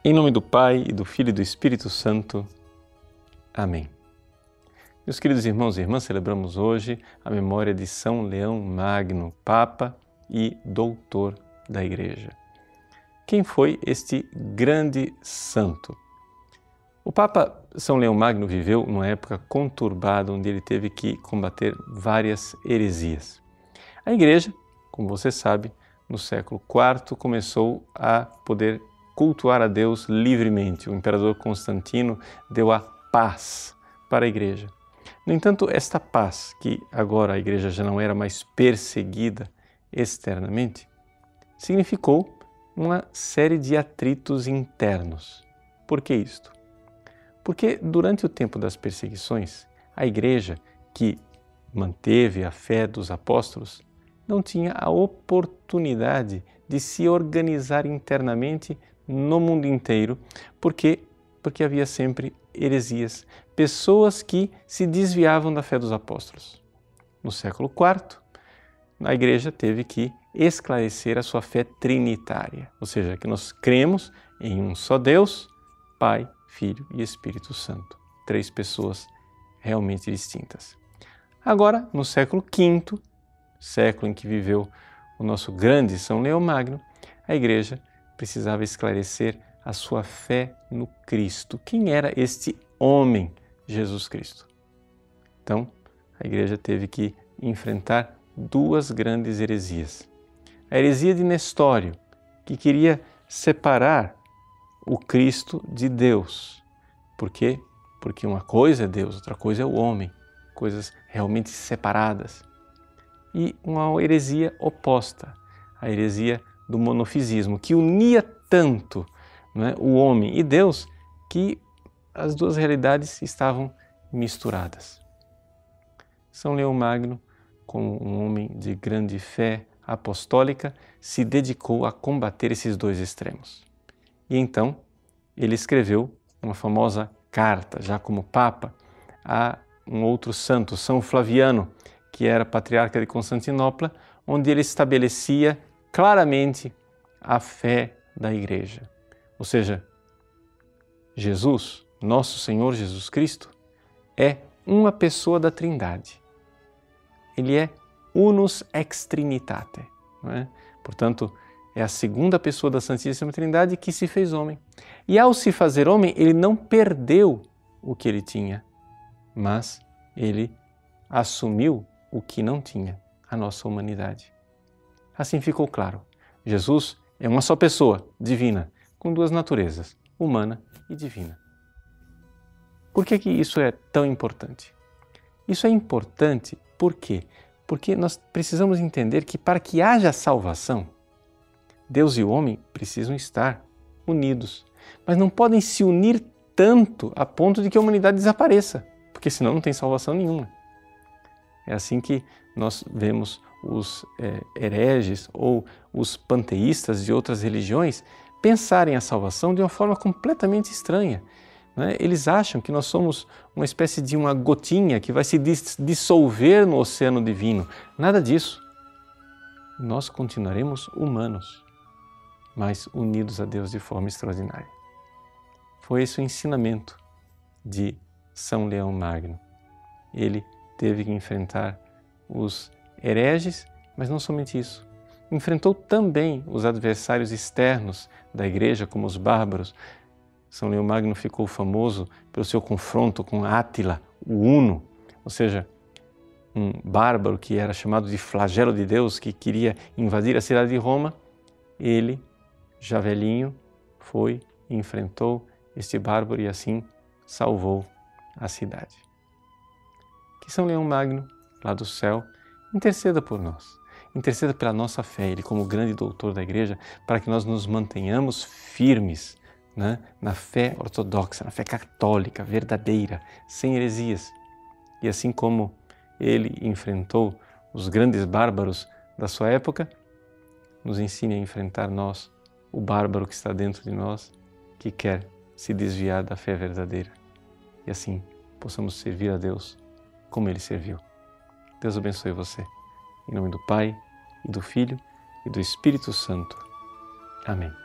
Em nome do Pai, e do Filho e do Espírito Santo. Amém. Meus queridos irmãos e irmãs, celebramos hoje a memória de São Leão Magno, Papa e Doutor da Igreja. Quem foi este grande santo? O Papa São Leão Magno viveu numa época conturbada, onde ele teve que combater várias heresias. A Igreja, como você sabe, no século IV começou a poder cultuar a Deus livremente. O imperador Constantino deu a paz para a Igreja. No entanto, esta paz, que agora a Igreja já não era mais perseguida externamente, significou uma série de atritos internos. Por que isto? Porque durante o tempo das perseguições, a Igreja, que manteve a fé dos apóstolos, não tinha a oportunidade de se organizar internamente no mundo inteiro. Por quê? Porque havia sempre heresias, pessoas que se desviavam da fé dos apóstolos. No século IV, a Igreja teve que esclarecer a sua fé trinitária, ou seja, que nós cremos em um só Deus, Pai, Filho e Espírito Santo, três pessoas realmente distintas. Agora, no século V, século em que viveu o nosso grande São Leão Magno, a Igreja precisava esclarecer a sua fé no Cristo. Quem era este homem, Jesus Cristo? Então, a Igreja teve que enfrentar duas grandes heresias. A heresia de Nestório, que queria separar o Cristo de Deus. Por quê? Porque uma coisa é Deus, outra coisa é o homem, coisas realmente separadas. E uma heresia oposta, a heresia do monofisismo, que unia tanto, não é, o homem e Deus, que as duas realidades estavam misturadas. São Leão Magno, como um homem de grande fé apostólica, se dedicou a combater esses dois extremos. E então ele escreveu uma famosa carta, já como Papa, a um outro santo, São Flaviano, que era patriarca de Constantinopla, onde ele estabelecia claramente a fé da Igreja. Ou seja, Jesus, nosso Senhor Jesus Cristo, é uma pessoa da Trindade. Ele é unus ex trinitate, não é? Portanto, é a segunda pessoa da Santíssima Trindade que se fez homem. E ao se fazer homem, ele não perdeu o que ele tinha, mas ele assumiu o que não tinha, a nossa humanidade. Assim ficou claro, Jesus é uma só pessoa, divina, com duas naturezas, humana e divina. Por que isso é tão importante? Isso é importante por quê? Porque nós precisamos entender que para que haja salvação, Deus e o homem precisam estar unidos, mas não podem se unir tanto a ponto de que a humanidade desapareça, porque senão não tem salvação nenhuma. É assim que nós vemos os hereges ou os panteístas de outras religiões pensarem a salvação de uma forma completamente estranha. Né? Eles acham que nós somos uma espécie de uma gotinha que vai se dissolver no oceano divino. Nada disso. Nós continuaremos humanos, mas unidos a Deus de forma extraordinária. Foi esse o ensinamento de São Leão Magno. Ele teve que enfrentar os hereges, mas não somente isso. Enfrentou também os adversários externos da Igreja, como os bárbaros. São Leão Magno ficou famoso pelo seu confronto com Átila, o Huno, ou seja, um bárbaro que era chamado de flagelo de Deus, que queria invadir a cidade de Roma. Ele, já velhinho, foi e enfrentou este bárbaro e assim salvou a cidade. Que São Leão Magno, lá do céu, interceda por nós, interceda pela nossa fé, ele como grande doutor da Igreja, para que nós nos mantenhamos firmes, né, na fé ortodoxa, na fé católica, verdadeira, sem heresias. E assim como ele enfrentou os grandes bárbaros da sua época, nos ensine a enfrentar nós, o bárbaro que está dentro de nós, que quer se desviar da fé verdadeira. E assim possamos servir a Deus como ele serviu. Deus abençoe você. Em nome do Pai, e do Filho, e do Espírito Santo. Amém.